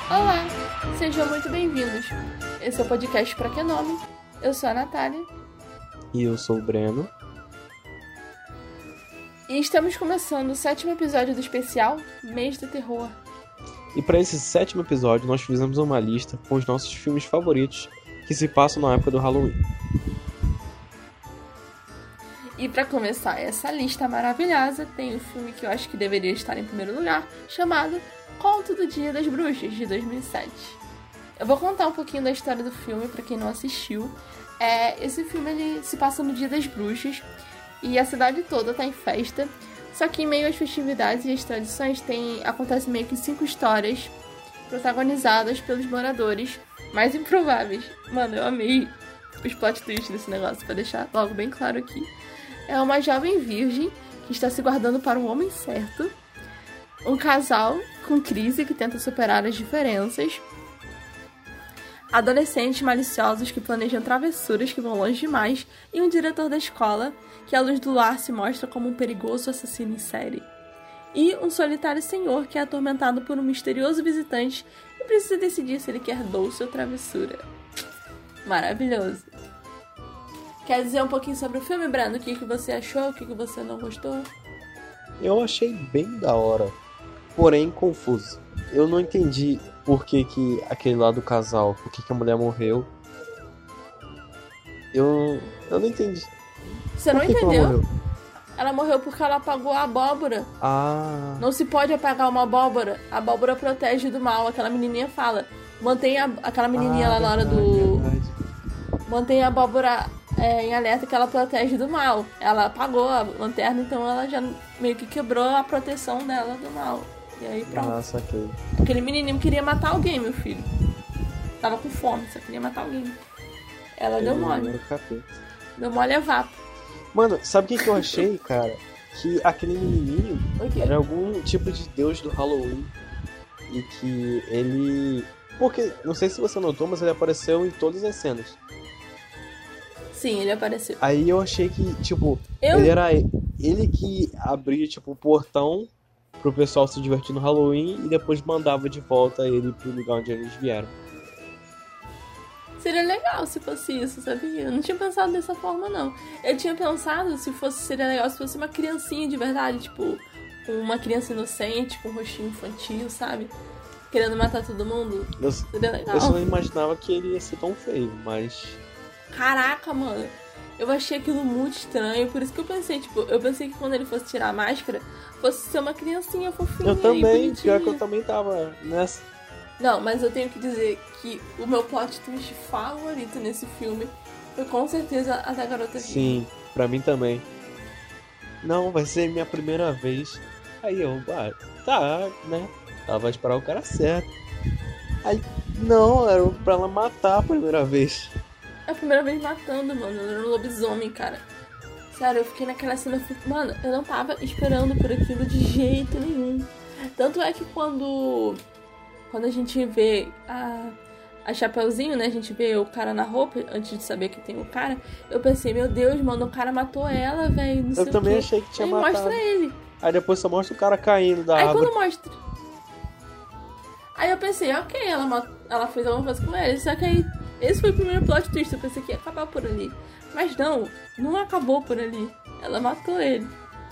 Olá, sejam muito bem-vindos. Esse é o podcast Pra Que Nome? Eu sou a Natália. E eu sou o Breno. E estamos começando o 7º episódio do especial Mês do Terror. E para esse 7º episódio, nós fizemos uma lista com os nossos filmes favoritos que se passam na época do Halloween. E para começar essa lista maravilhosa, tem um filme que eu acho que deveria estar em primeiro lugar, chamado Conto do Dia das Bruxas, de 2007. Eu vou contar um pouquinho da história do filme para quem não assistiu. Esse filme ele se passa no Dia das Bruxas e a cidade toda tá em festa. Só que em meio às festividades e às tradições acontece meio que 5 histórias protagonizadas pelos moradores mais improváveis. Mano, eu amei os plot twists desse negócio, pra deixar logo bem claro aqui. É uma jovem virgem que está se guardando para um homem certo, um casal com crise que tenta superar as diferenças, adolescentes maliciosos que planejam travessuras que vão longe demais e um diretor da escola que à luz do lar se mostra como um perigoso assassino em série. E um solitário senhor que é atormentado por um misterioso visitante e precisa decidir se ele quer doce ou travessura. Maravilhoso. Quer dizer um pouquinho sobre o filme, Brando? O que você achou? O que você não gostou? Eu achei bem da hora, porém confuso. Eu não entendi por que aquele lá do casal, por que a mulher morreu. Eu não entendi. Você não entendeu? Ela morreu porque ela apagou a abóbora. Ah. Não se pode apagar uma abóbora. A abóbora protege do mal. Aquela menininha fala. Mantenha aquela menininha lá na hora do... Verdade. Mantenha a abóbora em alerta que ela protege do mal. Ela apagou a lanterna, então ela já meio que quebrou a proteção dela do mal. E aí pronto. Ah, saquei. Aquele menininho queria matar alguém, meu filho. Tava com fome, só queria matar alguém. Ela deu mole. Deu mole a vapo. Mano, sabe o que eu achei, cara? Que aquele menininho era algum tipo de deus do Halloween. E que ele... Porque, não sei se você notou, mas ele apareceu em todas as cenas. Sim, ele apareceu. Aí eu achei que, tipo, ele que abria, tipo, o portão pro pessoal se divertir no Halloween e depois mandava de volta ele pro lugar onde eles vieram. Seria legal se fosse isso, sabia? Eu não tinha pensado dessa forma, não. Eu tinha pensado seria legal se fosse uma criancinha de verdade, tipo, uma criança inocente, com um rostinho infantil, sabe? Querendo matar todo mundo. Seria legal. Eu só não imaginava que ele ia ser tão feio, mas... Caraca, mano. Eu achei aquilo muito estranho, por isso que eu pensei que quando ele fosse tirar a máscara, fosse ser uma criancinha fofinha. Eu também, pior que eu também tava nessa. Não, mas eu tenho que dizer que o meu plot twist favorito nesse filme foi com certeza a da garota viva. Sim, pra mim também. Não, vai ser minha primeira vez. Aí eu, tá, né? Ela vai esperar o cara certo. Aí, não, era pra ela matar a primeira vez. É a primeira vez matando, mano. Eu era um lobisomem, cara. Sério, eu fiquei naquela cena... Mano, eu não tava esperando por aquilo de jeito nenhum. Tanto é que quando a gente vê a Chapeuzinho, né? A gente vê o cara na roupa, antes de saber que tem o cara. Eu pensei, meu Deus, mano, o cara matou ela, velho. Eu também achei que tinha matado. Aí mostra ele. Aí depois só mostra o cara caindo da árvore. Aí quando mostra... Aí eu pensei, ok, ela fez alguma coisa com ele. Só que aí, esse foi o primeiro plot twist. Eu pensei que ia acabar por ali. Mas não acabou por ali. Ela matou ele.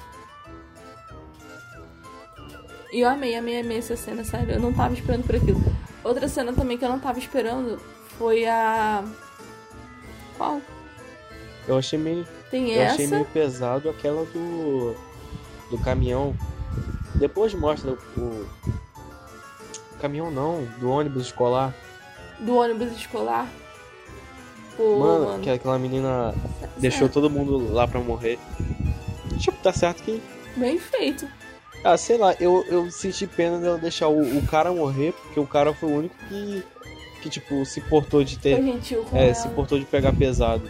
E eu amei essa cena, sério. Eu não tava esperando por aquilo. Outra cena também que eu não tava esperando foi a... Qual? Eu achei meio pesado aquela do caminhão. Depois mostra o caminhão não, do ônibus escolar. Do ônibus escolar? Pô, mano, que aquela menina deixou todo mundo lá pra morrer. Tipo, tá certo que... Bem feito. Ah, sei lá, eu senti pena de eu deixar o cara morrer, porque o cara foi o único que tipo, se portou de ter... Foi gentil com ela. Se portou de pegar pesado.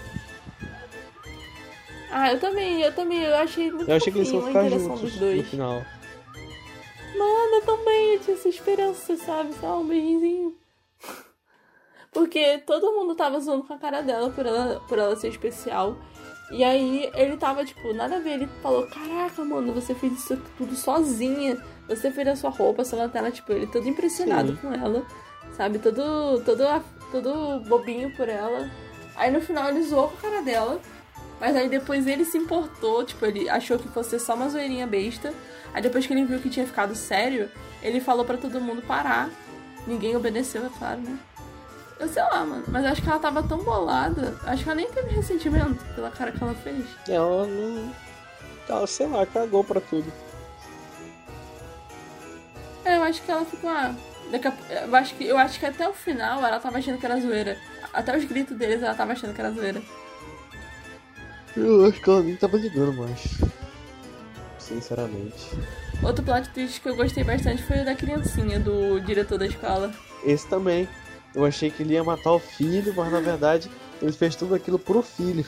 Ah, eu também, eu achei muito Eu achei que eles iam ficar juntos no final. Mano, eu também, eu tinha essa esperança, sabe? Só um beijinho. Porque todo mundo tava zoando com a cara dela por ela ser especial. E aí ele tava, tipo, nada a ver. Ele falou, caraca, mano, você fez isso tudo sozinha. Você fez a sua roupa, a sua lanterna, tipo, ele todo impressionado com ela. sabe? Todo bobinho por ela. Aí no final ele zoou com a cara dela. Mas aí depois ele se importou, tipo, ele achou que fosse só uma zoeirinha besta. Aí depois que ele viu que tinha ficado sério, ele falou pra todo mundo parar. Ninguém obedeceu, é claro, né? Eu sei lá, mano. Mas acho que ela tava tão bolada. Acho que ela nem teve ressentimento pela cara que ela fez. Ela não... Ela, sei lá, cagou pra tudo. Eu acho que ela ficou... eu acho que até o final ela tava achando que era zoeira. Até os gritos deles ela tava achando que era zoeira. Eu acho que ela nem tava ligando mais. Sinceramente. Outro plot twist que eu gostei bastante foi o da criancinha, do diretor da escola. Esse também. Eu achei que ele ia matar o filho, mas na verdade ele fez tudo aquilo pro filho.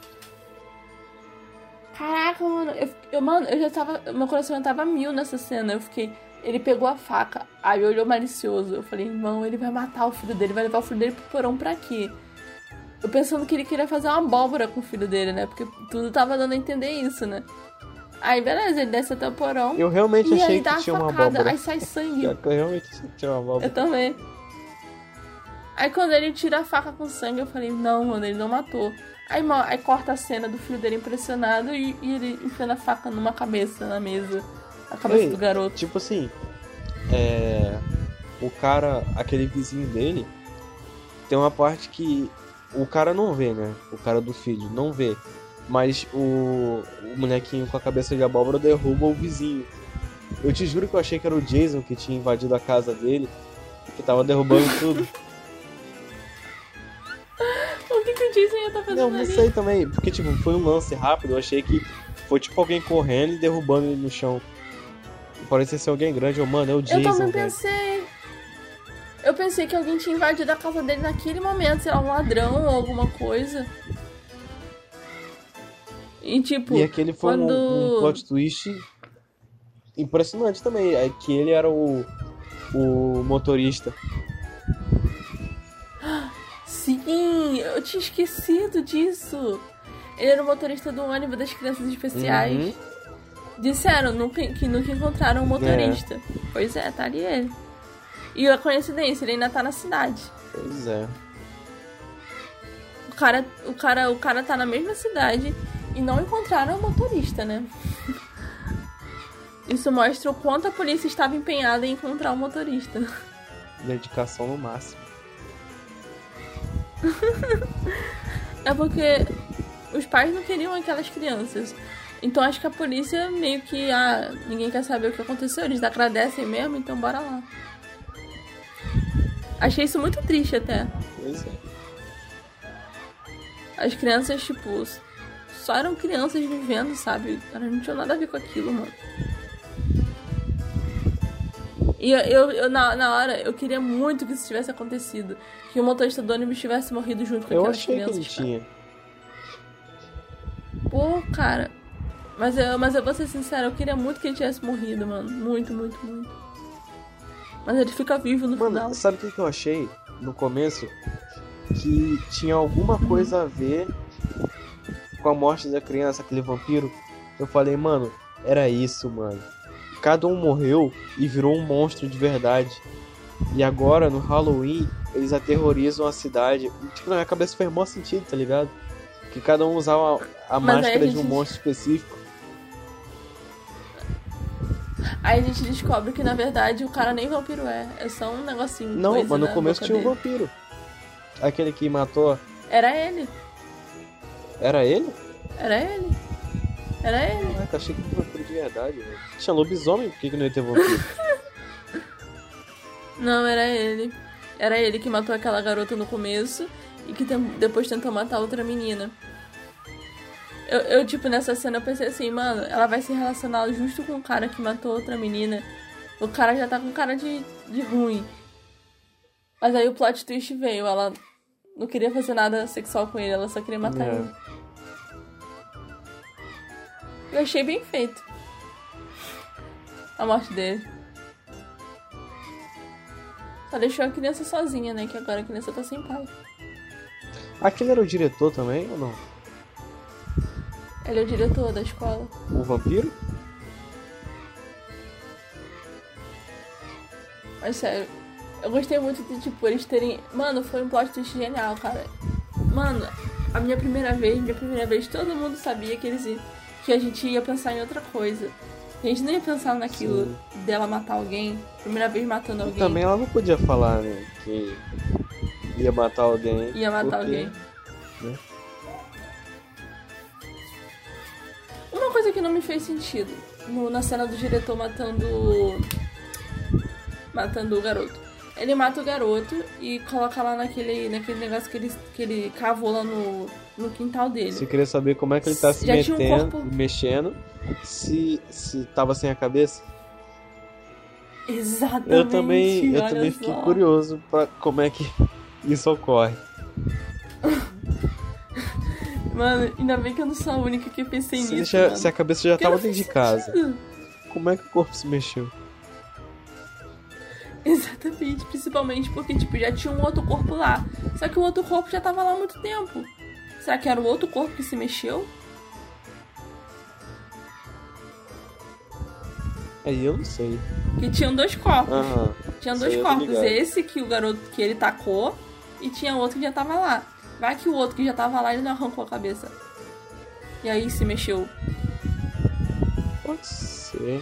Caraca, mano. Eu já tava... Meu coração já tava mil nessa cena. Eu fiquei... Ele pegou a faca, aí olhou malicioso. Eu falei, irmão, ele vai matar o filho dele, vai levar o filho dele pro porão pra quê? Eu pensando que ele queria fazer uma abóbora com o filho dele, né? Porque tudo tava dando a entender isso, né? Aí, beleza, ele desce até o porão. Eu realmente achei que dá tinha uma facada, abóbora. aí sai sangue. Eu realmente achei que tinha uma abóbora. Eu também. Aí quando ele tira a faca com sangue, eu falei, não, mano, ele não matou. Aí corta a cena do filho dele impressionado e ele enfiando a faca numa cabeça na mesa. A cabeça do garoto. Tipo assim, o cara, aquele vizinho dele, tem uma parte que o cara não vê, né? O cara do filho não vê. Mas o bonequinho com a cabeça de abóbora derruba o vizinho. Eu te juro que eu achei que era o Jason que tinha invadido a casa dele, que tava derrubando tudo. O que o Jason ia estar fazendo ali? Não sei também, porque tipo, foi um lance rápido, eu achei que foi tipo alguém correndo e derrubando ele no chão. Parecia ser alguém grande, mano, é o Jason. Eu também pensei. Eu pensei que alguém tinha invadido a casa dele naquele momento, sei lá, um ladrão ou alguma coisa. E tipo, e aquele foi um plot twist impressionante também, é que ele era o motorista. Sim, eu tinha esquecido disso. Ele era o motorista do ônibus das crianças especiais. Uhum. Disseram que nunca encontraram o motorista. Pois é, tá ali ele. E a coincidência, ele ainda tá na cidade. Pois é. O cara tá na mesma cidade e não encontraram o motorista, né? Isso mostra o quanto a polícia estava empenhada em encontrar o motorista. Dedicação no máximo. É porque os pais não queriam aquelas crianças. Então acho que a polícia meio que... ninguém quer saber o que aconteceu. Eles agradecem mesmo, então bora lá. Achei isso muito triste até. Pois é. As crianças, tipo... Só eram crianças vivendo, sabe? Elas não tinham nada a ver com aquilo, mano. E eu na hora, eu queria muito que isso tivesse acontecido. Que o motorista do ônibus tivesse morrido junto com aquelas crianças. Eu achei que ele tinha. Pô, cara... Mas eu vou ser sincera, eu queria muito que ele tivesse morrido, mano. Muito, muito, muito. Mas ele fica vivo no final. Mano, sabe o que eu achei no começo? Que tinha alguma coisa a ver com a morte da criança, aquele vampiro. Eu falei, mano, era isso, mano. Cada um morreu e virou um monstro de verdade. E agora, no Halloween, eles aterrorizam a cidade. Tipo, na minha cabeça fez maior sentido, tá ligado? Que cada um usava a máscara de um monstro específico. Aí a gente descobre que, na verdade, o cara nem vampiro é. É só um negocinho. Não, mas no começo tinha um vampiro. Aquele que matou. Era ele. Era ele? Era ele. Era ele. Caraca, achei que era vampiro de verdade, velho. Tinha lobisomem, por que não ia ter vampiro? Não, era ele. Era ele que matou aquela garota no começo e que depois tentou matar outra menina. Eu, tipo, nessa cena eu pensei assim, mano, ela vai se relacionar justo com o cara que matou outra menina. O cara já tá com cara de ruim. Mas aí o plot twist veio, ela não queria fazer nada sexual com ele, ela só queria matar ele. Eu achei bem feito a morte dele. Só deixou a criança sozinha, né? Que agora a criança tá sem pai. Aquele era o diretor também, ou não? Ele é o diretor da escola. O vampiro? Mas sério, Eu gostei muito de, tipo, eles terem... Mano, foi um plot twist genial, cara. Mano, a minha primeira vez, todo mundo sabia que que a gente ia pensar em outra coisa. A gente não ia pensar naquilo dela matar alguém, primeira vez matando alguém. Também ela não podia falar, né, que ia matar alguém. Ia matar alguém. Né? Uma coisa que não me fez sentido na cena do diretor matando o garoto. Ele mata o garoto e coloca lá naquele negócio que ele cavou lá no quintal dele. Você queria saber como é que ele tá se mexendo, se tava sem a cabeça? Exatamente. Eu também fiquei curioso pra como é que isso ocorre. Mano, ainda bem que eu não sou a única que pensei nisso. Se a cabeça já tava dentro de casa, como é que o corpo se mexeu? Exatamente, principalmente porque, tipo, já tinha um outro corpo lá. Só que o outro corpo já tava lá há muito tempo. Será que era o outro corpo que se mexeu? Aí eu não sei. Que tinham dois corpos. Tinham dois corpos. Esse que o garoto que ele tacou e tinha outro que já tava lá. Vai que o outro que já tava lá ele não arrancou a cabeça. E aí se mexeu. Pode ser.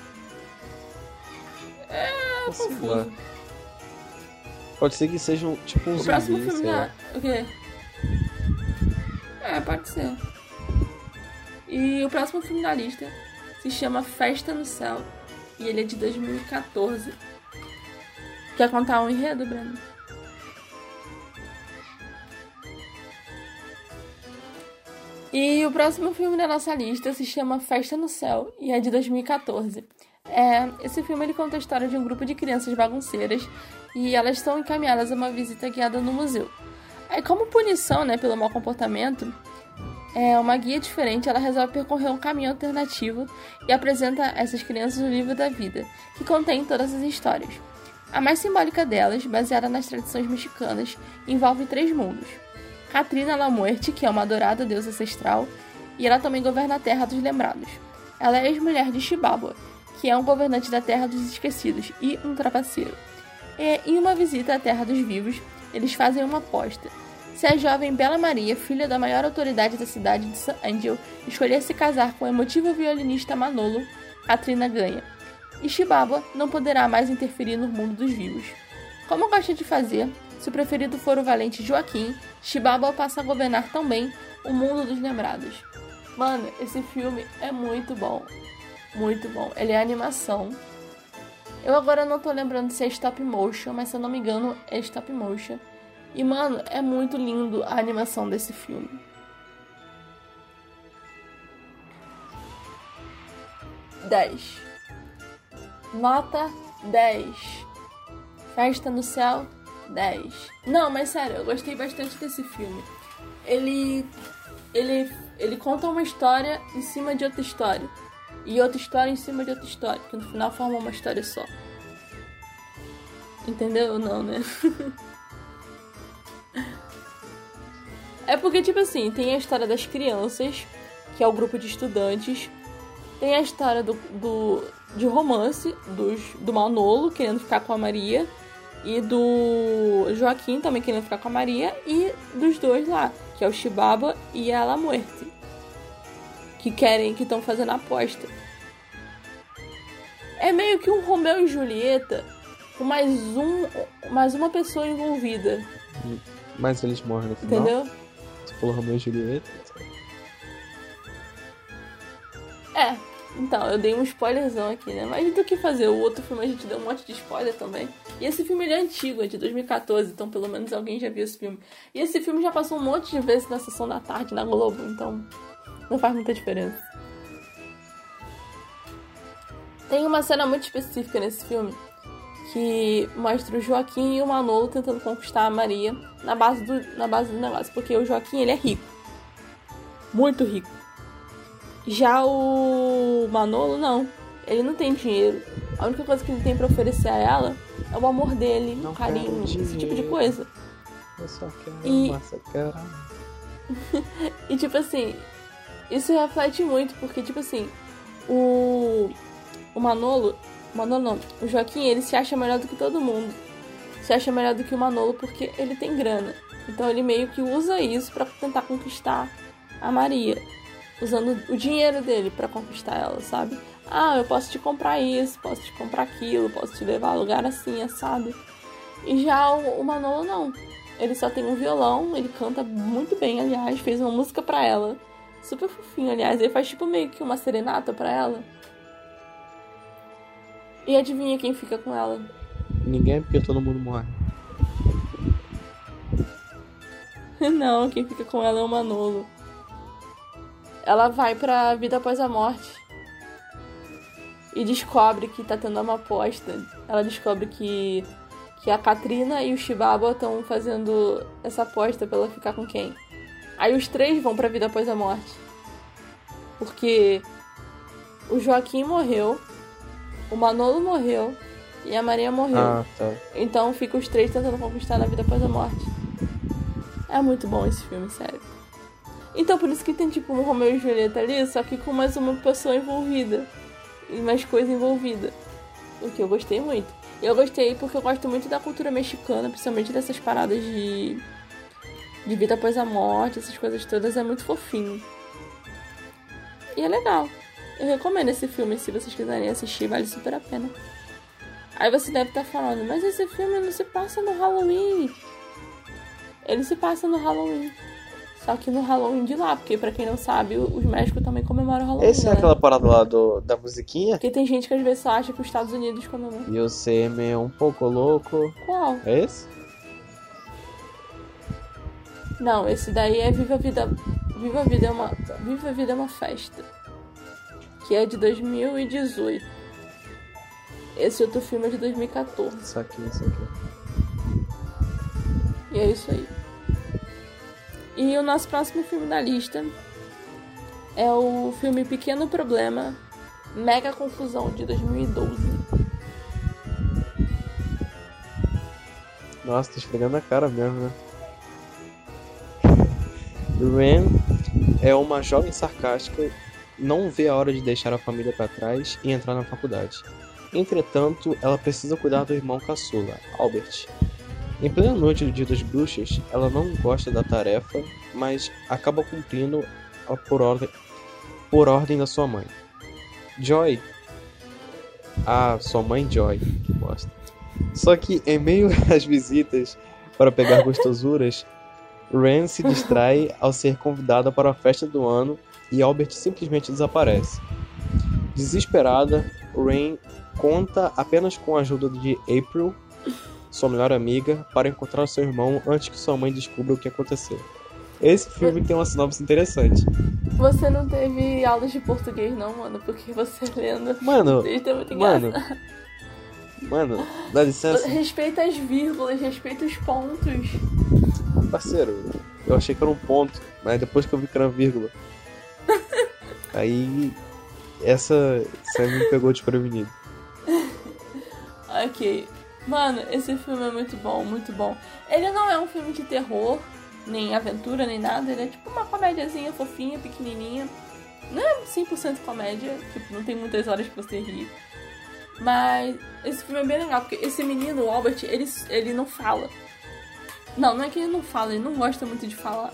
É confuso. Pode ser que seja tipo um zumbi. O próximo filme o quê? Pode ser. E o próximo filme da lista se chama Festa no Céu. E ele é de 2014. Quer contar um enredo, Breno? E o próximo filme da nossa lista se chama Festa no Céu e é de 2014. Esse filme ele conta a história de um grupo de crianças bagunceiras e elas são encaminhadas a uma visita guiada no museu. Aí, como punição, né, pelo mau comportamento, uma guia diferente ela resolve percorrer um caminho alternativo e apresenta a essas crianças o livro da vida, que contém todas as histórias. A mais simbólica delas, baseada nas tradições mexicanas, envolve 3 mundos. Catrina La Muerte, que é uma adorada deusa ancestral, e ela também governa a Terra dos Lembrados. Ela é ex-mulher de Xibábua, que é um governante da Terra dos Esquecidos e um trapaceiro. Em uma visita à Terra dos Vivos, eles fazem uma aposta. Se a jovem Bela Maria, filha da maior autoridade da cidade de San Angel, escolher se casar com o emotivo violinista Manolo, Catrina ganha. E Xibábua não poderá mais interferir no mundo dos vivos. Como gosta de fazer, se o preferido for o valente Joaquim, Xibábua passa a governar também o mundo dos lembrados. Mano, esse filme é muito bom. Muito bom. Ele é animação. Eu agora não tô lembrando se é stop motion, mas se eu não me engano é stop motion. E, mano, é muito lindo a animação desse filme. Dez. Nota 10. Festa no Céu, 10. Não, mas sério, eu gostei bastante desse filme. Ele conta uma história em cima de outra história. E outra história em cima de outra história. Que no final forma uma história só. Entendeu? Não, né? É porque, tipo assim, tem a história das crianças, que é o grupo de estudantes. Tem a história de romance do Manolo querendo ficar com a Maria. E do Joaquim também querendo ficar com a Maria. E dos dois lá, que é o Xibábua e a La Muerte, que estão fazendo a aposta. É meio que um Romeu e Julieta com mais uma pessoa envolvida. Mas eles morrem no final. Entendeu? Você falou Romeu e Julieta. Então, eu dei um spoilerzão aqui, né? Mas do que fazer? O outro filme a gente deu um monte de spoiler também. E esse filme ele é antigo, é de 2014, então pelo menos alguém já viu esse filme. E esse filme já passou um monte de vezes na sessão da tarde na Globo, então não faz muita diferença. Tem uma cena muito específica nesse filme que mostra o Joaquim e o Manolo tentando conquistar a Maria na base do negócio. Porque o Joaquim, ele é rico. Muito rico. Já o Manolo, não. Ele não tem dinheiro. A única coisa que ele tem pra oferecer a ela é o amor dele, o carinho, esse tipo de coisa. Eu só quero massacrar. E tipo assim, isso reflete muito, porque tipo assim, o Manolo não, o Joaquim, ele se acha melhor do que todo mundo. se acha melhor do que o Manolo porque ele tem grana. Então ele meio que usa isso pra tentar conquistar a Maria, usando o dinheiro dele pra conquistar ela, sabe? Ah, eu posso te comprar isso, posso te comprar aquilo, posso te levar a lugar assim, assado. E já o Manolo não. Ele só tem um violão, ele canta muito bem, aliás, fez uma música pra ela. Super fofinho, aliás, ele faz tipo meio que uma serenata pra ela. E adivinha quem fica com ela? Ninguém, porque todo mundo morre. Não, quem fica com ela é o Manolo. Ela vai pra vida após a morte. E descobre que tá tendo uma aposta. Ela descobre que a Katrina e o Chibaba estão fazendo essa aposta pra ela ficar com quem. Aí os três vão pra vida após a morte. Porque o Joaquim morreu, o Manolo morreu e a Maria morreu. Ah, tá. Então fica os três tentando conquistar na vida após a morte. É muito bom esse filme, sério. Então por isso que tem tipo um Romeu e Julieta ali, só que com mais uma pessoa envolvida. E mais coisa envolvida. O que eu gostei muito. Eu gostei porque eu gosto muito da cultura mexicana, principalmente dessas paradas de vida após a morte, essas coisas todas, é muito fofinho. E é legal. Eu recomendo esse filme, se vocês quiserem assistir, vale super a pena. Aí você deve estar falando, mas esse filme não se passa no Halloween. Ele se passa no Halloween. Só que no Halloween de lá, porque pra quem não sabe, os médicos também comemoram o Halloween. Esse é aquela parada lá da musiquinha? Porque tem gente que às vezes só acha que os Estados Unidos comemoram. E você é um pouco louco. Qual? É esse? Não, esse daí é Viva a Vida. Viva a Vida é uma festa. Que é de 2018. Esse outro filme é de 2014. Isso aqui. E é isso aí. E o nosso próximo filme da lista é o filme Pequeno Problema, Mega Confusão, de 2012. Nossa, tá esfregando a cara mesmo, né? Ren é uma jovem sarcástica, não vê a hora de deixar a família para trás e entrar na faculdade. Entretanto, ela precisa cuidar do irmão caçula, Albert. Em plena noite do Dia das Bruxas, ela não gosta da tarefa, mas acaba cumprindo por ordem da sua mãe. Joy. Ah, sua mãe Joy, que bosta. Só que em meio às visitas para pegar gostosuras, Ren se distrai ao ser convidada para a festa do ano e Albert simplesmente desaparece. Desesperada, Ren conta apenas com a ajuda de April, sua melhor amiga, para encontrar seu irmão antes que sua mãe descubra o que aconteceu. Esse filme tem uma sinopse interessante. Você não teve aulas de português não, mano? Porque você lendo... Mano, dá licença. Respeita as vírgulas, respeita os pontos. Parceiro, eu achei que era um ponto, mas depois que eu vi que era vírgula. Aí, essa me pegou desprevenido. Ok. Mano, esse filme é muito bom, muito bom. Ele não é um filme de terror, nem aventura, nem nada. Ele é tipo uma comédiazinha fofinha, pequenininha. Não é 100% comédia, tipo, não tem muitas horas pra você rir. Mas esse filme é bem legal, porque esse menino, o Albert, ele não fala. Não é que ele não fala, ele não gosta muito de falar.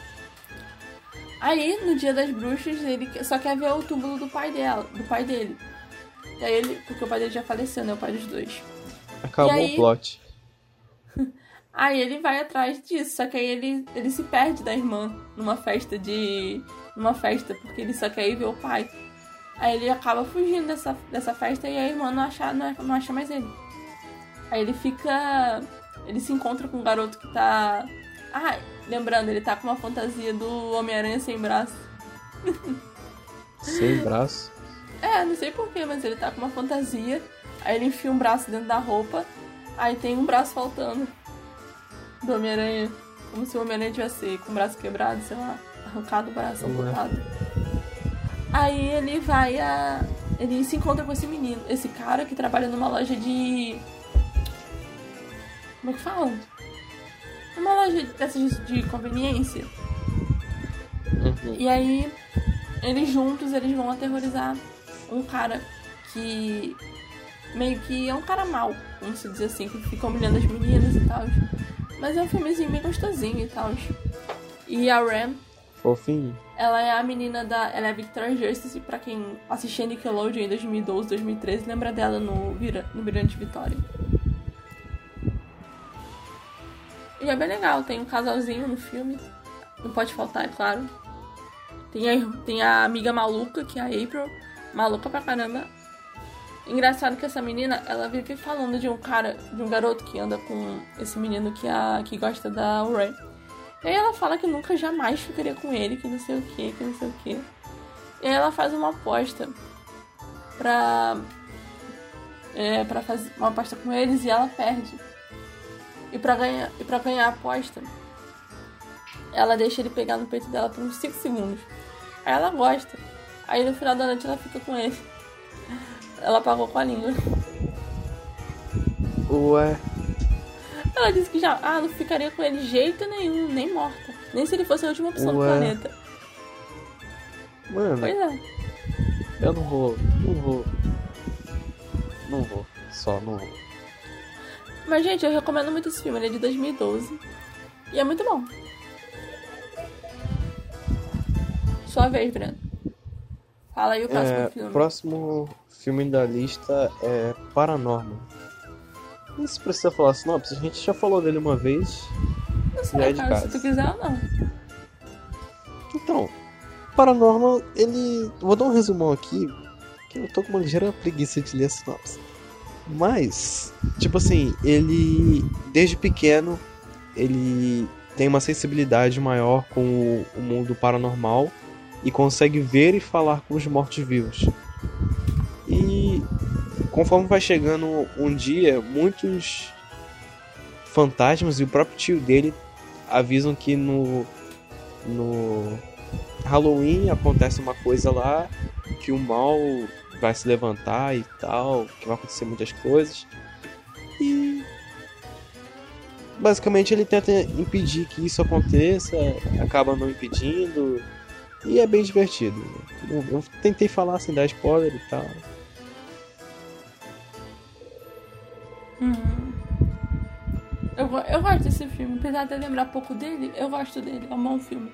Aí, no Dia das Bruxas, ele só quer ver o túmulo do pai dele. E aí ele, porque o pai dele já faleceu, né? O pai dos dois. Acabou o plot. Aí ele vai atrás disso, só que aí ele se perde da irmã numa festa, porque ele só quer ir ver o pai. Aí ele acaba fugindo dessa festa e a irmã não acha mais ele. Aí ele se encontra com um garoto que tá... Ah, lembrando, ele tá com uma fantasia do Homem-Aranha sem braço. Sem braço? Não sei porquê, mas ele tá com uma fantasia. Aí ele enfia um braço dentro da roupa. Aí tem um braço faltando do Homem-Aranha. Como se o Homem-Aranha tivesse com o braço quebrado, sei lá, arrancado o braço, amputado. Aí ele se encontra com esse menino, esse cara que trabalha numa loja de... Como é que fala? Uma loja dessas de conveniência. Uhum. E aí, eles juntos, eles vão aterrorizar um cara que meio que é um cara mau, vamos dizer assim, que fica humilhando as meninas e tal. Mas é um filmezinho bem gostosinho e tal. E a Ram, Fofinho. ela é a menina da... Ela é a Victoria Justice, pra quem assistia Nickelodeon em 2012, 2013, lembra dela no Brilhante Vitória. E é bem legal, tem um casalzinho no filme. Não pode faltar, é claro. Tem a amiga maluca, que é a April. Maluca pra caramba. Engraçado que essa menina, ela vive falando de um garoto que anda com esse menino que gosta da Ray. E aí ela fala que nunca jamais ficaria com ele, que não sei o que, que não sei o que. E aí ela faz uma aposta pra fazer uma aposta com eles e ela perde. E pra ganhar a aposta, ela deixa ele pegar no peito dela por uns 5 segundos. Aí ela gosta. Aí no final da noite ela fica com ele. Ela apagou com a língua. Ué. Ela disse que já não ficaria com ele de jeito nenhum, nem morta. Nem se ele fosse a última opção do planeta. Mano. Pois é. Eu não vou. Só não vou. Mas, gente, eu recomendo muito esse filme. Ele é de 2012. E é muito bom. Sua vez, Breno. Fala aí o próximo filme. O próximo filme da lista é Paranormal. Nem se precisa falar sinopse, a gente já falou dele uma vez. Não sei, cara, se tu quiser ou não. Então, Paranormal, ele... Vou dar um resumão aqui, que eu tô com uma ligeira preguiça de ler a sinopse. Mas, tipo assim, ele... Desde pequeno, ele tem uma sensibilidade maior com o mundo paranormal e consegue ver e falar com os mortos-vivos. E conforme vai chegando um dia, muitos fantasmas e o próprio tio dele avisam que no Halloween acontece uma coisa lá, que o mal vai se levantar e tal, que vai acontecer muitas coisas. E basicamente ele tenta impedir que isso aconteça, acaba não impedindo, e é bem divertido. Eu tentei falar sem dar spoiler e tal. Eu gosto desse filme, apesar de eu lembrar pouco dele, eu gosto dele, é um bom filme.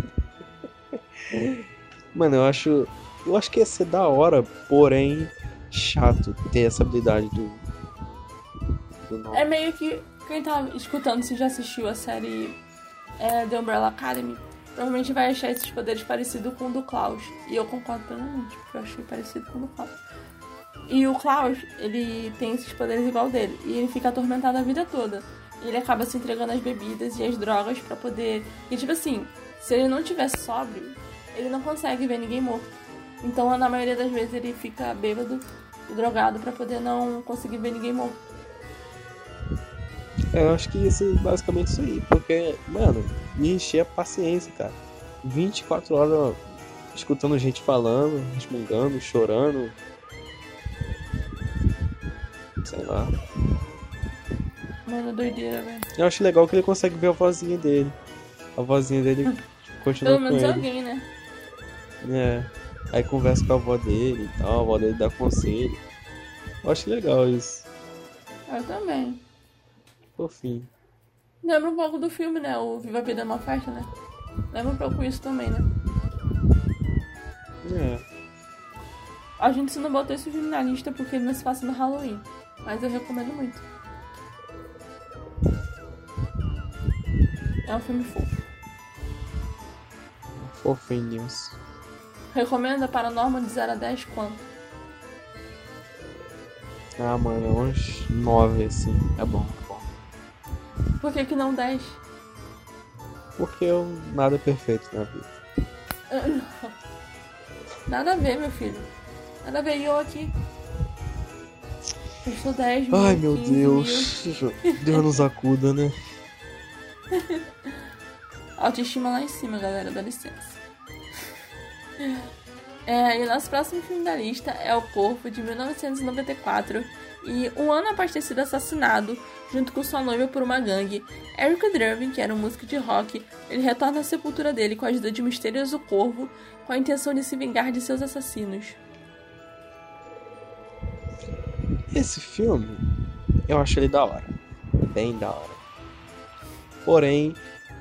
Mano, eu acho que ia ser da hora, porém chato ter essa habilidade do nome. É meio que, quem tá escutando, se já assistiu a série The Umbrella Academy, provavelmente vai achar esses poderes parecidos com o do Klaus. E eu concordo plenamente, porque eu achei parecido com o do Klaus. E o Klaus, ele tem esses poderes igual dele, e ele fica atormentado a vida toda. E ele acaba se entregando às bebidas e às drogas pra poder... E tipo assim, se ele não tivesse sóbrio, ele não consegue ver ninguém morto. Então, na maioria das vezes, ele fica bêbado e drogado pra poder não conseguir ver ninguém morto. Eu acho que ia ser basicamente isso aí, porque, mano, me encher a paciência, cara. 24 horas escutando gente falando, resmungando, chorando. Sei lá. Mano, doideira, velho. Eu acho legal que ele consegue ver a vozinha dele. A vozinha dele continua Pelo menos com ele. alguém, né? É. Aí conversa com a avó dele e tal, a avó dele dá conselho. Eu acho legal isso. Eu também. Fofinho. Lembra um pouco do filme, né? O Viva a Vida é uma Festa, né? Lembra um pouco isso também, né? É. A gente se não botou esse filme na lista porque ele não se passa no Halloween. Mas eu recomendo muito. É um filme fofo. Fofinhos. Recomenda Paranormal de 0 a 10 quanto? Ah, mano, uns 9 assim. É bom. Por que não 10? Porque nada é perfeito na vida. Nada a ver, meu filho. Nada a ver, e eu aqui. Eu sou 10 mil. Ai, meu Deus. Deus nos acuda, né? Autoestima lá em cima, galera, dá licença. E o nosso próximo filme da lista é O Corpo, de 1994. E um ano após ter sido assassinado, junto com sua noiva por uma gangue, Eric Draven, que era um músico de rock, ele retorna à sepultura dele com a ajuda de um misterioso corvo, com a intenção de se vingar de seus assassinos. Esse filme, eu acho ele da hora. Bem da hora. Porém,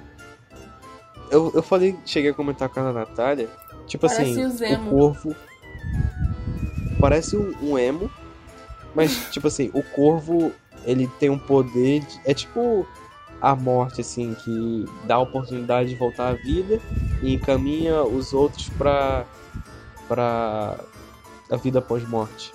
eu falei, cheguei a comentar com a Natália, tipo Parece assim, o Zemo. o corvo parece um emo, mas tipo assim, o corvo, ele tem um poder, é tipo a morte, assim, que dá a oportunidade de voltar à vida e encaminha os outros pra a vida pós-morte.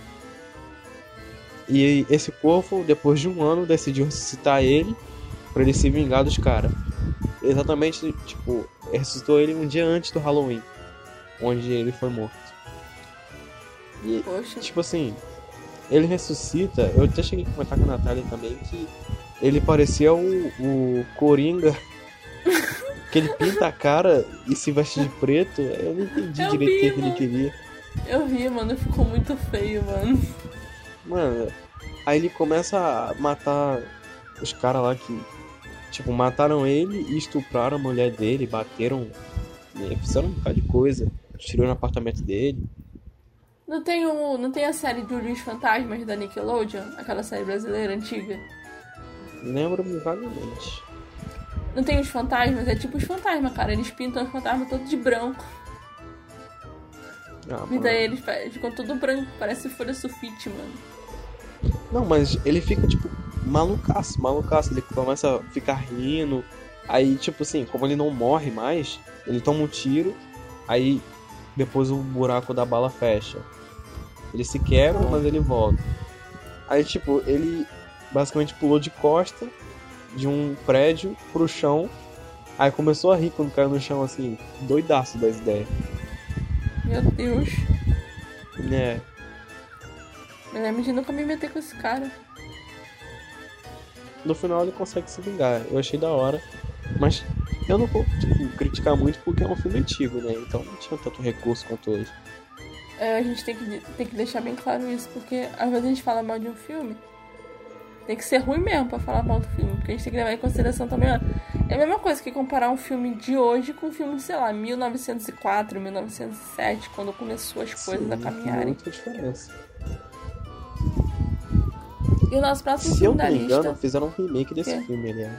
E esse corvo, depois de um ano, decidiu ressuscitar ele pra ele se vingar dos caras. Exatamente, tipo, ressuscitou ele um dia antes do Halloween, onde ele foi morto. E, Poxa. tipo assim, ele ressuscita. Eu até cheguei a comentar com a Natália também que ele parecia o Coringa, que ele pinta a cara e se veste de preto. Eu não entendi Eu direito o vi, que ele mano. queria. Eu vi, mano, ficou muito feio, mano. Mano, aí ele começa a matar os caras lá que, tipo, mataram ele e estupraram a mulher dele, bateram, né, fizeram um bocado de coisa, tirou no apartamento dele. Não tem a série de Os Fantasmas da Nickelodeon? Aquela série brasileira antiga? Lembro-me vagamente. Não tem os fantasmas? É tipo os fantasmas, cara. Eles pintam os fantasmas todos de branco. Ah, E mano. daí eles ficam tudo branco. Parece folha sulfite, mano. Não, mas ele fica, tipo, malucaço. Ele começa a ficar rindo. Aí, tipo assim, como ele não morre mais, ele toma um tiro. Aí, depois o buraco da bala fecha. Ele se quebra, mas ele volta. Aí, tipo, ele basicamente pulou de costa de um prédio pro chão. Aí começou a rir quando caiu no chão, assim, doidaço das ideias. Meu Deus. É. Eu lembro de nunca me meter com esse cara. No final ele consegue se vingar. Eu achei da hora. Mas eu não vou, tipo, criticar muito porque é um filme antigo, né? Então não tinha tanto recurso quanto hoje. A gente tem que deixar bem claro isso, porque às vezes a gente fala mal de um filme, tem que ser ruim mesmo pra falar mal do filme, porque a gente tem que levar em consideração também, ó, é a mesma coisa que comparar um filme de hoje com um filme de, sei lá, 1904, 1907, quando começou as coisas a caminharem. Muita diferença. E o nosso próximo Se eu filme não da me engano, lista... fizeram um remake desse Quê? filme, aliás.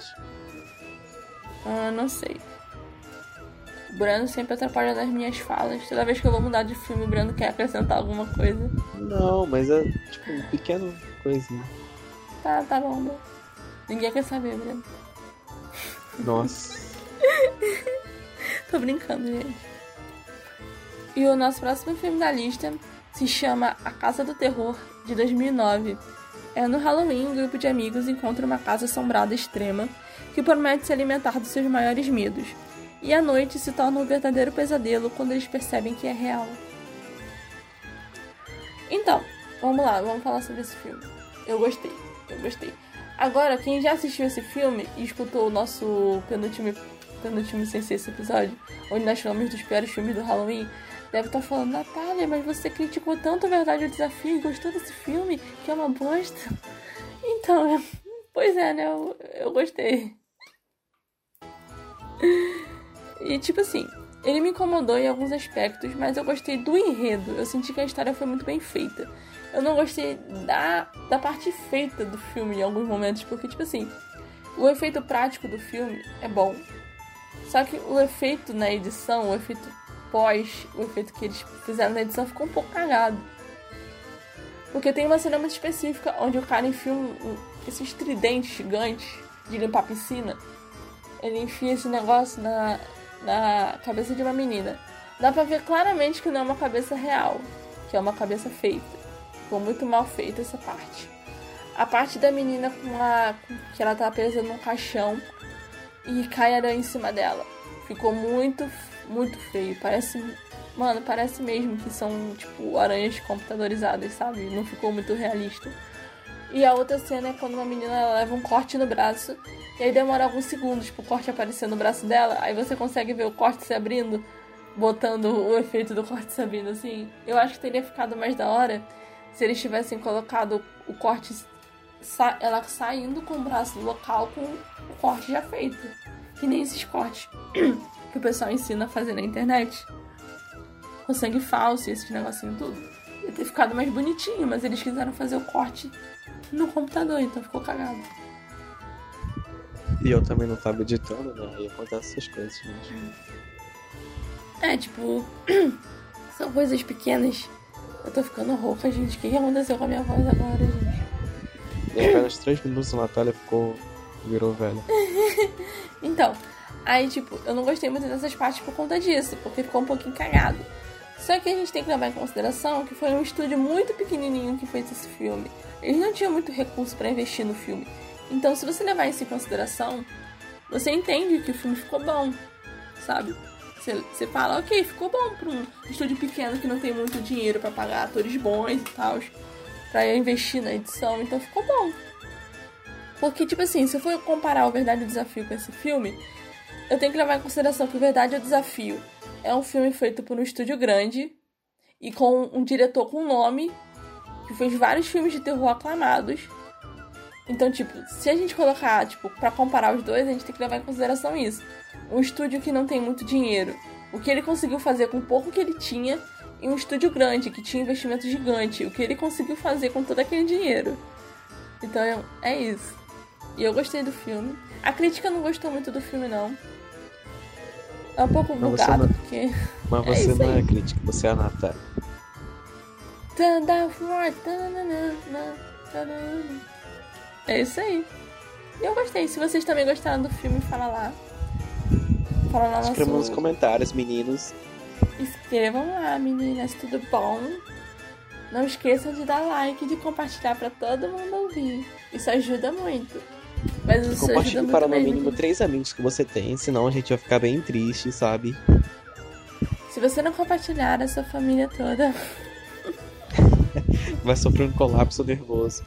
Não sei. O Brando sempre atrapalha nas minhas falas. Toda vez que eu vou mudar de filme, o Brando quer acrescentar alguma coisa. Não, mas é tipo um pequeno coisinha. Tá bom, bom. Ninguém quer saber, Brando. Nossa. Tô brincando, gente. E o nosso próximo filme da lista se chama A Casa do Terror, de 2009. No Halloween, um grupo de amigos encontra uma casa assombrada extrema que promete se alimentar dos seus maiores medos. E a noite se torna um verdadeiro pesadelo quando eles percebem que é real. Então, vamos lá, vamos falar sobre esse filme. Eu gostei. Agora, quem já assistiu esse filme e escutou o nosso penúltimo sem ser esse episódio, onde nós falamos dos piores filmes do Halloween, deve estar falando: Natália, mas você criticou tanto a Verdade e o Desafio e gostou desse filme, que é uma bosta. Então, pois é, né? Eu gostei. E tipo assim, ele me incomodou em alguns aspectos, mas eu gostei do enredo. Eu senti que a história foi muito bem feita. Eu não gostei da parte feita do filme em alguns momentos, porque tipo assim, o efeito prático do filme é bom. Só que o efeito na edição, o efeito o efeito que eles fizeram na edição ficou um pouco cagado. Porque tem uma cena muito específica onde o cara enfia esses tridentes gigantes de limpar a piscina. Ele enfia esse negócio na cabeça de uma menina. Dá pra ver claramente que não é uma cabeça real, que é uma cabeça feita. Ficou muito mal feita essa parte. A parte da menina que ela tá presa num caixão e cai aranha em cima dela. Ficou muito, muito feio. Parece mesmo que são, tipo, aranhas computadorizadas, sabe? Não ficou muito realista. E a outra cena é quando uma menina leva um corte no braço, e aí demora alguns segundos pro corte aparecer no braço dela, aí você consegue ver o corte se abrindo, botando o efeito do corte se abrindo, assim. Eu acho que teria ficado mais da hora se eles tivessem colocado o corte, ela saindo com o braço do local com o corte já feito. Que nem esses cortes que o pessoal ensina a fazer na internet. Com sangue falso e esses negocinhos tudo. Ia ter ficado mais bonitinho, mas eles quiseram fazer o corte no computador, então ficou cagado. E eu também não tava editando, né? Aí acontece essas coisas, gente. Tipo, são coisas pequenas. Eu tô ficando rouca, gente. O que aconteceu com a minha voz agora, gente? Em apenas 3 minutos a Natália virou velha. Então, aí, tipo, eu não gostei muito dessas partes por conta disso, porque ficou um pouquinho cagado. Só que a gente tem que levar em consideração que foi um estúdio muito pequenininho que fez esse filme. Eles não tinham muito recurso pra investir no filme. Então, se você levar isso em consideração, você entende que o filme ficou bom, sabe? Você fala, ok, ficou bom pra um estúdio pequeno que não tem muito dinheiro pra pagar atores bons e tal, pra investir na edição, então ficou bom. Porque, tipo assim, se eu for comparar o Verdade e o Desafio com esse filme, eu tenho que levar em consideração que o Verdade e o Desafio é um filme feito por um estúdio grande e com um diretor com nome, que fez vários filmes de terror aclamados. Então, tipo, se a gente colocar, tipo, pra comparar os dois, a gente tem que levar em consideração isso. Um estúdio que não tem muito dinheiro, o que ele conseguiu fazer com o pouco que ele tinha, e um estúdio grande, que tinha investimento gigante, o que ele conseguiu fazer com todo aquele dinheiro. Então, é isso. E eu gostei do filme. A crítica não gostou muito do filme, não. É um pouco bugado, porque... Mas você não é a crítica, você é a Natália. É isso aí. E eu gostei. Se vocês também gostaram do filme, fala lá. Fala lá Escrevam nos comentários, meninos. Escrevam lá, meninas. Tudo bom? Não esqueçam de dar like e de compartilhar pra todo mundo ouvir. Isso ajuda muito. Mas isso compartilhe ajuda para muito no mesmo, mínimo 3 amigos que você tem, senão a gente vai ficar bem triste, sabe? Se você não compartilhar, a sua família toda vai sofrer um colapso nervoso.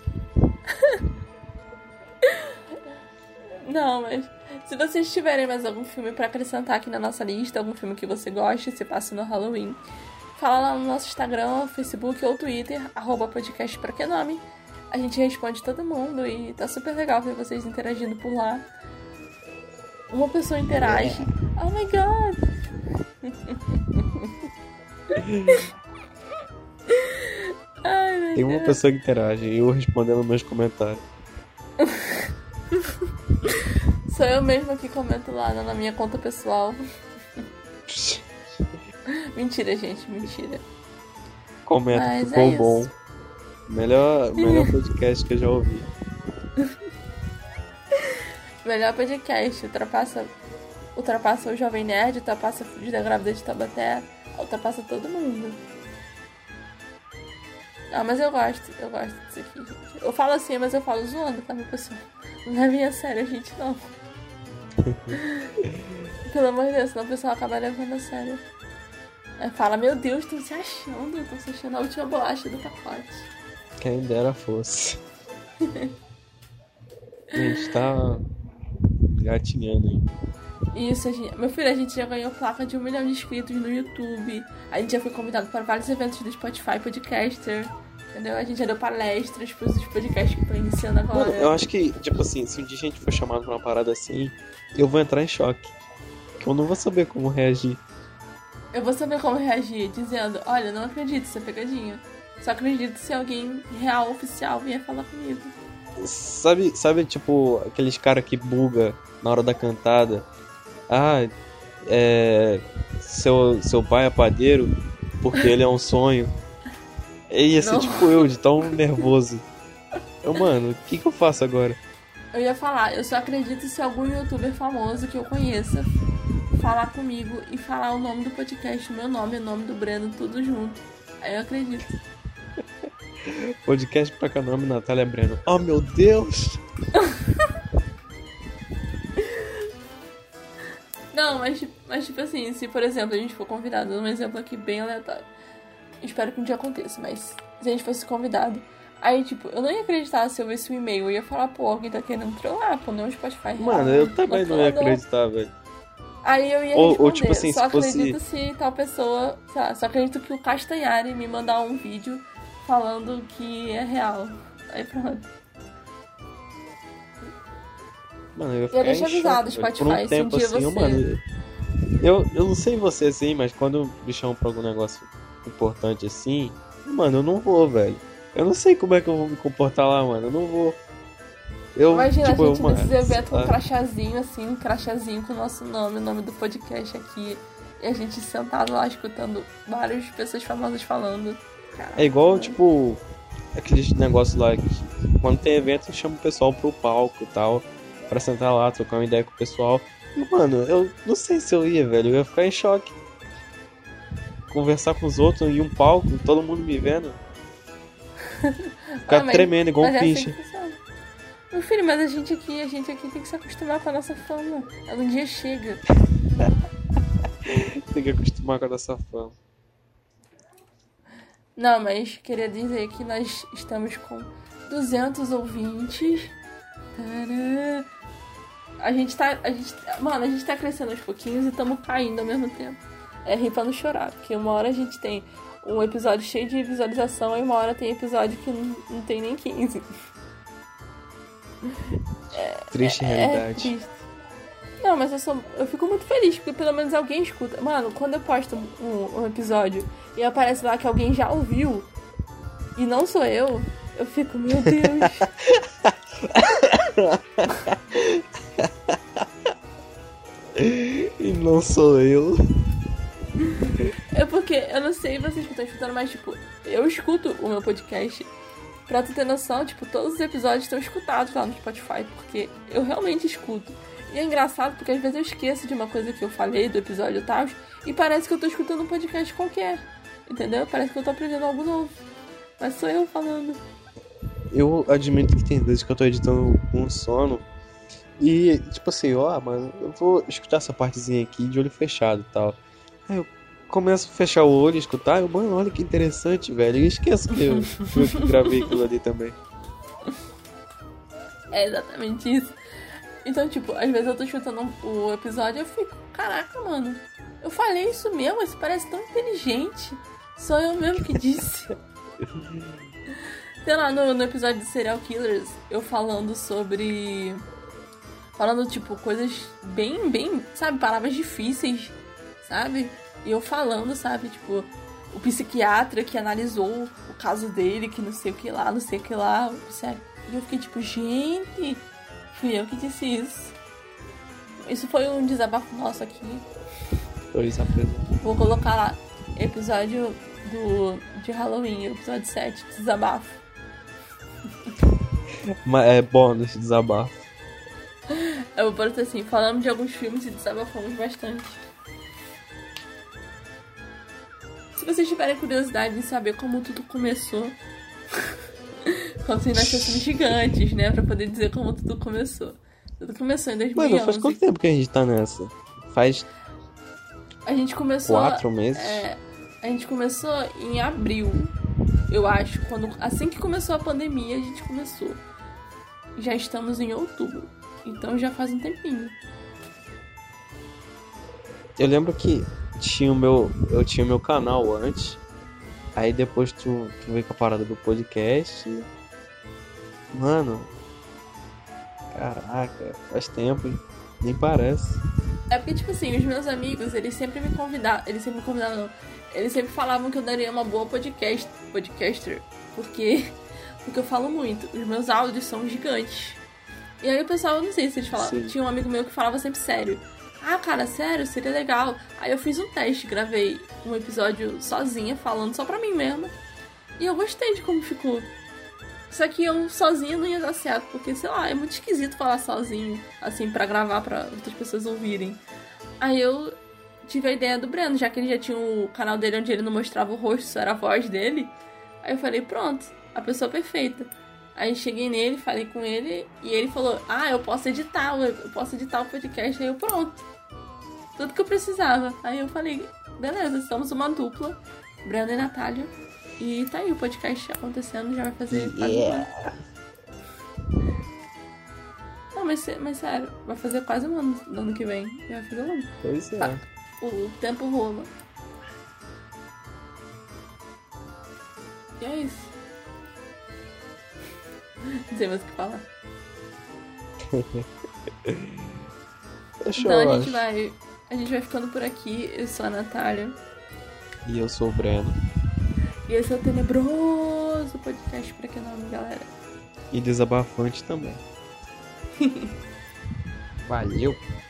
Não, mas se vocês tiverem mais algum filme pra acrescentar aqui na nossa lista, algum filme que você goste, se passe no Halloween, fala lá no nosso Instagram, Facebook ou Twitter, @podcastpraquenome. A gente responde todo mundo e tá super legal ver vocês interagindo por lá. Uma pessoa interage. Oh my god! Ai, meu Tem uma Deus. pessoa que interage e eu respondendo meus comentários. Sou eu mesma que comento lá na minha conta pessoal. Mentira, gente, mentira. Comenta, Mas ficou é bom. isso. Melhor podcast que eu já ouvi. Melhor podcast. Ultrapassa o Jovem Nerd, ultrapassa Fugiu da Grávida de Taubaté, ultrapassa todo mundo. Ah, mas eu gosto disso aqui, gente. Eu falo assim, mas eu falo zoando, tá, meu pessoal? Não levem a sério, gente, não. Pelo amor de Deus, senão o pessoal acaba levando a sério. Aí fala, meu Deus, estão se achando a última bolacha do pacote. Quem dera fosse. A gente tá gatinhando aí. Isso, meu filho, a gente já ganhou placa de 1 milhão de inscritos no YouTube. A gente já foi convidado para vários eventos do Spotify Podcaster. Entendeu? A gente já deu palestras pros podcasts que estão iniciando agora. Mano, eu acho que, tipo assim, se um dia a gente for chamado pra uma parada assim, eu vou entrar em choque. Que eu não vou saber como reagir. Eu vou saber como reagir, dizendo, olha, não acredito, isso é pegadinha. Só acredito se alguém real, oficial, vier falar comigo. Sabe, tipo, aqueles caras que buga na hora da cantada? Ah, seu pai é padeiro porque ele é um sonho. Ia ser tipo eu, de tão nervoso. Mano, o que eu faço agora? Eu ia falar, eu só acredito se algum youtuber famoso que eu conheça falar comigo e falar o nome do podcast, o meu nome, o nome do Breno, tudo junto. Aí eu acredito. Podcast pra Canome, Natália Breno. Oh, meu Deus! Não, mas tipo assim, se por exemplo a gente for convidado, um exemplo aqui bem aleatório, espero que um dia aconteça, mas se a gente fosse convidado, aí tipo, eu não ia acreditar se eu visse o e-mail, eu ia falar, pô, alguém tá querendo trollar, pô, não é um Spotify real. Mano, eu também não ia acreditar, velho. Aí eu ia responder, ou tipo assim, só se acredito se tal pessoa, sei lá, só acredito que o Castanhari me mandar um vídeo falando que é real. Aí pronto. Mano, eu Já deixa avisado, Spotify, por um tempo, se um dia assim, você... mano, eu não sei você assim, mas quando me chamam pra algum negócio importante assim, Mano, eu não vou, velho. Eu não sei como é que eu vou me comportar lá, mano. Eu não vou. Imagina tipo, a gente nesses eventos com um ah, crachazinho, assim, um crachazinho com o nosso nome, o nome do podcast aqui. E a gente sentado lá escutando várias pessoas famosas falando. Caraca, É igual, mano. tipo, aqueles negócios lá que quando tem evento, chama o pessoal pro palco e tal, pra sentar lá, trocar uma ideia com o pessoal. E, mano, eu não sei se eu ia, velho. Eu ia ficar em choque. Conversar com os outros em um palco, todo mundo me vendo. Ficar tremendo igual um mas é assim pinche. que funciona. Meu filho, mas a gente aqui tem que se acostumar com a nossa fama. Ela um dia chega. Tem que acostumar com a nossa fama. Não, mas queria dizer que nós estamos com 200 ouvintes. Tadã! Mano, a gente tá crescendo aos pouquinhos e estamos caindo ao mesmo tempo. É rir pra não chorar, porque uma hora a gente tem um episódio cheio de visualização e uma hora tem episódio que não tem nem 15. Triste É realidade. triste. Não, mas eu fico muito feliz, porque pelo menos alguém escuta. Mano, quando eu posto um episódio e aparece lá que alguém já ouviu e não sou eu fico, meu Deus. E não sou eu. É porque, eu não sei se vocês estão escutando, mas, tipo, eu escuto o meu podcast. Pra tu ter noção, tipo, todos os episódios estão escutados lá no Spotify, porque eu realmente escuto. E é engraçado porque às vezes eu esqueço de uma coisa que eu falei do episódio e tal, e parece que eu tô escutando um podcast qualquer, entendeu? Parece que eu tô aprendendo algo novo. Mas sou eu falando. Eu admito que tem vezes que eu tô editando com sono e, tipo assim, ó, mano, eu vou escutar essa partezinha aqui de olho fechado e tal. Aí eu começo a fechar o olho e escutar, mano, olha que interessante, velho. E esqueço que eu gravei aquilo ali também. É exatamente isso. Então, tipo, às vezes eu tô escutando o episódio e eu fico, caraca, mano, eu falei isso mesmo, isso parece tão inteligente. Sou eu mesmo que disse. Sei lá, no episódio de Serial Killers, eu falando sobre... Falando, tipo, coisas bem, sabe, palavras difíceis, sabe? E eu falando, sabe, tipo, o psiquiatra que analisou o caso dele, que não sei o que lá, sério. E eu fiquei tipo, gente, fui eu que disse isso. Isso foi um desabafo nosso aqui. Pois apresenta. Vou colocar lá, episódio de Halloween, episódio 7, desabafo. Mas é bônus, desabafo. Eu vou botar assim, falamos de alguns filmes e desabafamos bastante. Se vocês tiverem curiosidade em saber como tudo começou, como se nós fôssemos gigantes, né? Pra poder dizer como tudo começou. Tudo começou em 2011. Mano, faz quanto tempo que a gente tá nessa? Faz A gente começou... 4 meses? A gente começou em abril, eu acho. Assim que começou a pandemia, a gente começou. Já estamos em outubro. Então já faz um tempinho. Eu lembro que eu tinha o meu canal antes. Aí depois tu veio com a parada do podcast. Mano, caraca, faz tempo, hein? Nem parece. É porque, tipo assim, os meus amigos, eles sempre me convidaram, não. Eles sempre falavam que eu daria uma boa podcaster, porque eu falo muito. Os meus áudios são gigantes. E aí o pessoal, eu não sei se eles falavam, tinha um amigo meu que falava sempre sério. Ah, cara, sério, seria legal. Aí eu fiz um teste, gravei um episódio sozinha, falando só pra mim mesma. E eu gostei de como ficou. Só que eu sozinha não ia dar certo, porque, sei lá, é muito esquisito falar sozinho, assim, pra gravar pra outras pessoas ouvirem. Aí eu tive a ideia do Breno, já que ele já tinha o canal dele onde ele não mostrava o rosto, só era a voz dele. Aí eu falei, pronto, a pessoa perfeita. Aí cheguei nele, falei com ele, e ele falou, eu posso editar o podcast. Aí eu, pronto, tudo que eu precisava. Aí eu falei, beleza, somos uma dupla, Breno e Natália. E tá aí o podcast acontecendo, já vai fazer quase um ano. Não, mas sério, vai fazer quase um ano no ano que vem. Já vai fazer um ano. Pois é. Tá. O tempo rola. E é isso. Não sei mais o que falar. Fechou, Então a gente vai ficando por aqui. Eu sou a Natália. E eu sou o Breno. E esse é o tenebroso podcast pra que nome, galera? E desabafante também. Valeu!